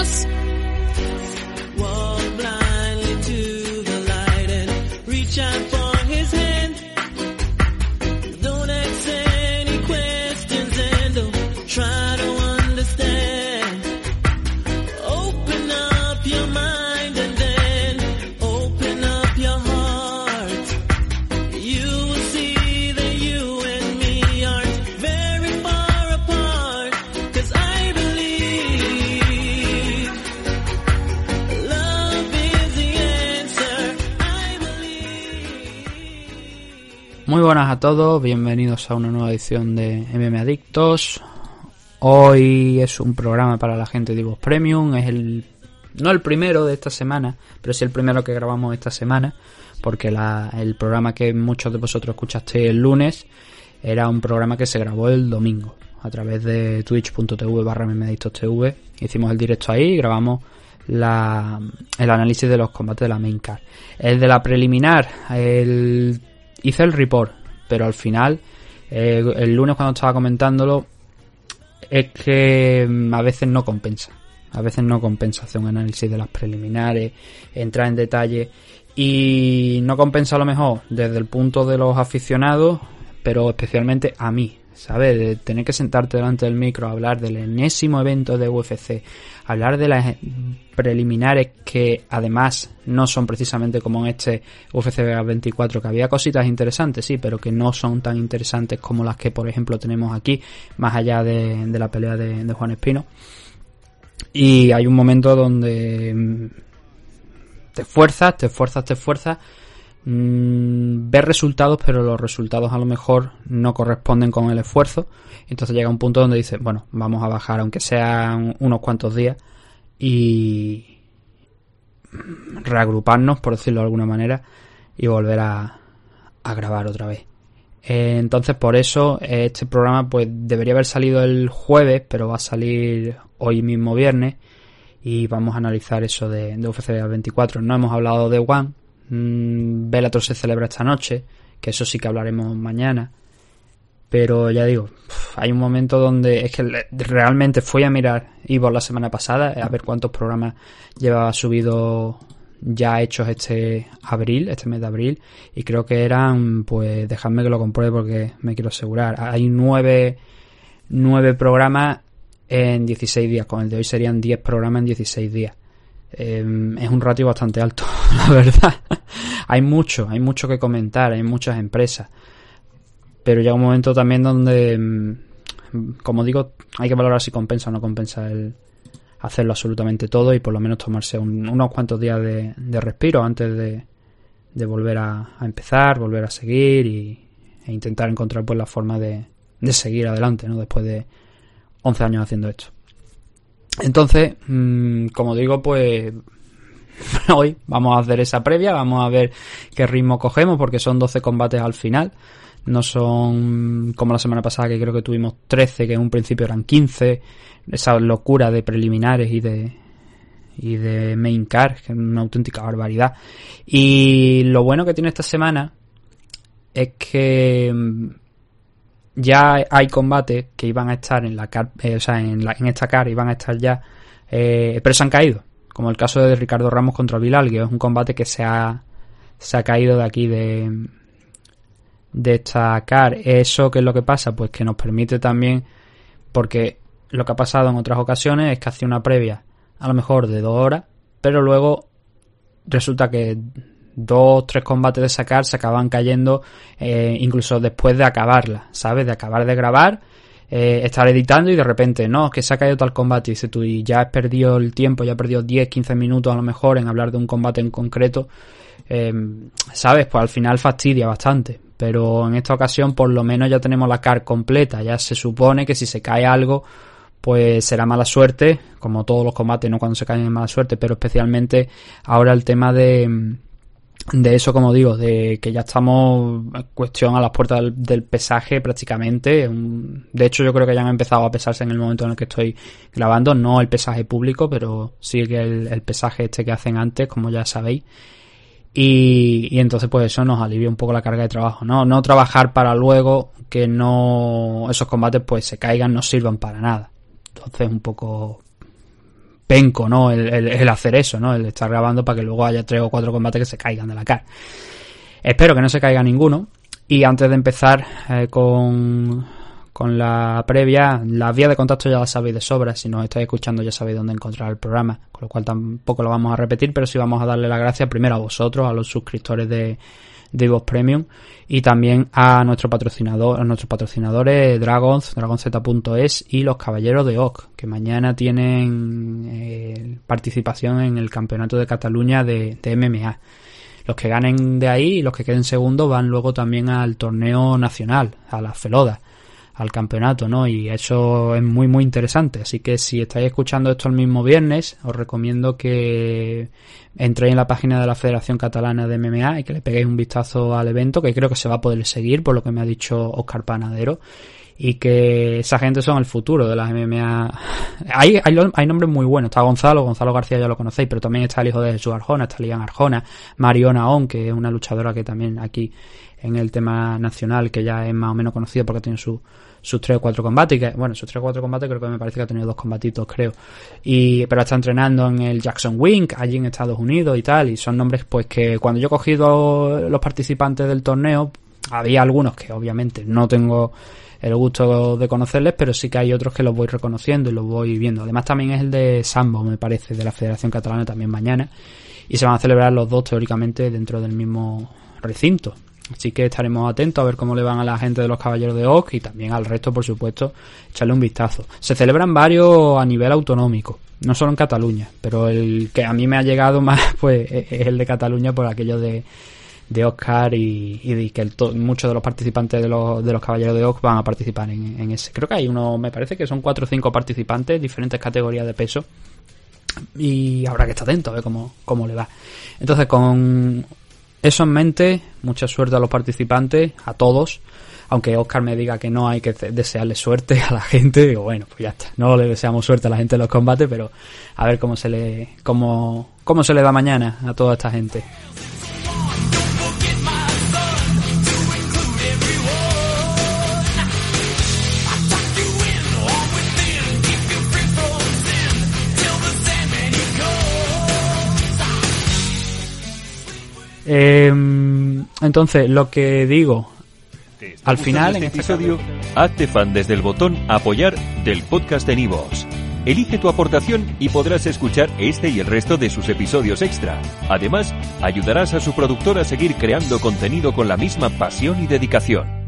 cross. Walk blindly to the light and reach out for his hand. Don't ask any questions and don't try to understand. Open up your mind and then open up your heart. You will see that you and me aren't very far apart. 'Cause I believe love is the answer. I believe. Muy buenas a todos, bienvenidos a una nueva edición de MM Adictos. Hoy es un programa para la gente de iVoox Premium, es no el primero de esta semana, pero sí el primero que grabamos esta semana, porque el programa que muchos de vosotros escuchasteis el lunes era un programa que se grabó el domingo a través de twitch.tv/MMAdictosTV. Hicimos el directo ahí y grabamos el análisis de los combates de la main card. El de la preliminar, hice el report, pero al final, el lunes cuando estaba comentándolo, es que a veces no compensa. A veces no compensa hacer un análisis de las preliminares, entrar en detalle, y no compensa a lo mejor desde el punto de los aficionados, pero especialmente a mí, ¿sabes? De tener que sentarte delante del micro, hablar del enésimo evento de UFC, hablar de las preliminares que además no son precisamente como en este UFC Vegas 24, que había cositas interesantes, sí, pero que no son tan interesantes como las que por ejemplo tenemos aquí, más allá de la pelea de Juan Espino. Y hay un momento donde te esfuerzas, ves resultados, pero los resultados a lo mejor no corresponden con el esfuerzo. Entonces llega un punto donde dices, bueno, vamos a bajar aunque sean unos cuantos días y reagruparnos, por decirlo de alguna manera, y volver a grabar otra vez. Entonces por eso este programa pues debería haber salido el jueves, pero va a salir hoy mismo viernes, y vamos a analizar eso de UFC 24. No hemos hablado de One. Bellator se celebra esta noche, que eso sí que hablaremos mañana, pero ya digo, hay un momento donde es que realmente fui a mirar iVoox la semana pasada a ver cuántos programas llevaba subido ya hechos este mes de abril, y creo que eran, pues dejadme que lo compruebe porque me quiero asegurar, hay 9 programas en 16 días, con el de hoy serían 10 programas en 16 días. Es un ratio bastante alto, la verdad. Hay mucho que comentar, hay muchas empresas, pero llega un momento también donde, como digo, hay que valorar si compensa o no compensa el hacerlo absolutamente todo, y por lo menos tomarse unos cuantos días de respiro antes de volver a empezar, volver a seguir e intentar encontrar pues la forma de seguir adelante, ¿no? Después de 11 años haciendo esto. Entonces, como digo, pues hoy vamos a hacer esa previa, vamos a ver qué ritmo cogemos, porque son 12 combates al final, no son como la semana pasada, que creo que tuvimos 13, que en un principio eran 15, esa locura de preliminares y de main card, que es una auténtica barbaridad. Y lo bueno que tiene esta semana es que ya hay combates que iban a estar en la card, en esta card iban a estar ya, pero se han caído, como el caso de Ricardo Ramos contra Bilal, que es un combate que se ha caído de aquí de esta card. ¿Eso qué es lo que pasa? Pues que nos permite también, porque lo que ha pasado en otras ocasiones es que hacía una previa a lo mejor de 2 horas, pero luego resulta que 2-3 combates de esa card se acaban cayendo incluso después de acabarla, ¿sabes? De acabar de grabar, estar editando y de repente, no, es que se ha caído tal combate, y dices tú, y ya has perdido el tiempo, ya has perdido 10-15 minutos a lo mejor en hablar de un combate en concreto, ¿sabes? Pues al final fastidia bastante, pero en esta ocasión por lo menos ya tenemos la card completa, ya se supone que si se cae algo pues será mala suerte, como todos los combates, no cuando se caen es mala suerte, pero especialmente ahora el tema de eso, como digo, de que ya estamos en cuestión a las puertas del pesaje prácticamente. De hecho, yo creo que ya han empezado a pesarse en el momento en el que estoy grabando, no el pesaje público, pero sí que el pesaje este que hacen antes, como ya sabéis. Y entonces pues eso nos alivia un poco la carga de trabajo, no trabajar para luego que no esos combates pues se caigan, no sirvan para nada. Entonces un poco penco, ¿no? El hacer eso, ¿no? El estar grabando para que luego haya 3 o 4 combates que se caigan de la cara. Espero que no se caiga ninguno. Y antes de empezar con la previa, las vías de contacto ya las sabéis de sobra. Si nos estáis escuchando ya sabéis dónde encontrar el programa, con lo cual tampoco lo vamos a repetir, pero sí vamos a darle las gracias primero a vosotros, a los suscriptores de iVoox Premium, y también a nuestros patrocinadores dragonz.es y los Caballeros de Oc, que mañana tienen participación en el Campeonato de Cataluña de MMA. Los que ganen de ahí y los que queden segundos van luego también al torneo nacional, a la Feloda, al campeonato, ¿no? Y eso es muy muy interesante. Así que si estáis escuchando esto el mismo viernes, os recomiendo que entréis en la página de la Federación Catalana de MMA y que le peguéis un vistazo al evento, que creo que se va a poder seguir, por lo que me ha dicho Óscar Panadero, y que esa gente son el futuro de las MMA. Hay nombres muy buenos. Está Gonzalo García, ya lo conocéis, pero también está el hijo de Jesús Arjona, está Lian Arjona, Mariona On, que es una luchadora que también aquí en el tema nacional, que ya es más o menos conocida porque tiene sus 3 o 4 combates, que, bueno, sus 3 o 4 combates creo que me parece que ha tenido 2 combatitos, creo, pero está entrenando en el Jackson Wink allí en Estados Unidos y tal, y son nombres pues que cuando yo he cogido los participantes del torneo, había algunos que obviamente no tengo el gusto de conocerles, pero sí que hay otros que los voy reconociendo y los voy viendo. Además también es el de Sambo, me parece, de la Federación Catalana, también mañana, y se van a celebrar los dos teóricamente dentro del mismo recinto. Así que estaremos atentos a ver cómo le van a la gente de los Caballeros de Oc y también al resto, por supuesto, echarle un vistazo. Se celebran varios a nivel autonómico, no solo en Cataluña, pero el que a mí me ha llegado más pues es el de Cataluña, por aquello de Óscar y que muchos de los participantes de los Caballeros de Oc van a participar en ese. Creo que hay me parece que son 4 o 5 participantes, diferentes categorías de peso, y habrá que estar atento a ver cómo le va. Entonces, con eso en mente, mucha suerte a los participantes, a todos. Aunque Óscar me diga que no hay que desearle suerte a la gente, digo, bueno, pues ya está. No le deseamos suerte a la gente en los combates, pero a ver cómo se le da mañana a toda esta gente. Entonces, lo que digo al final en este episodio, hazte fan desde el botón apoyar del podcast de iVoox. Elige tu aportación y podrás escuchar este y el resto de sus episodios extra. Además, ayudarás a su productor a seguir creando contenido con la misma pasión y dedicación.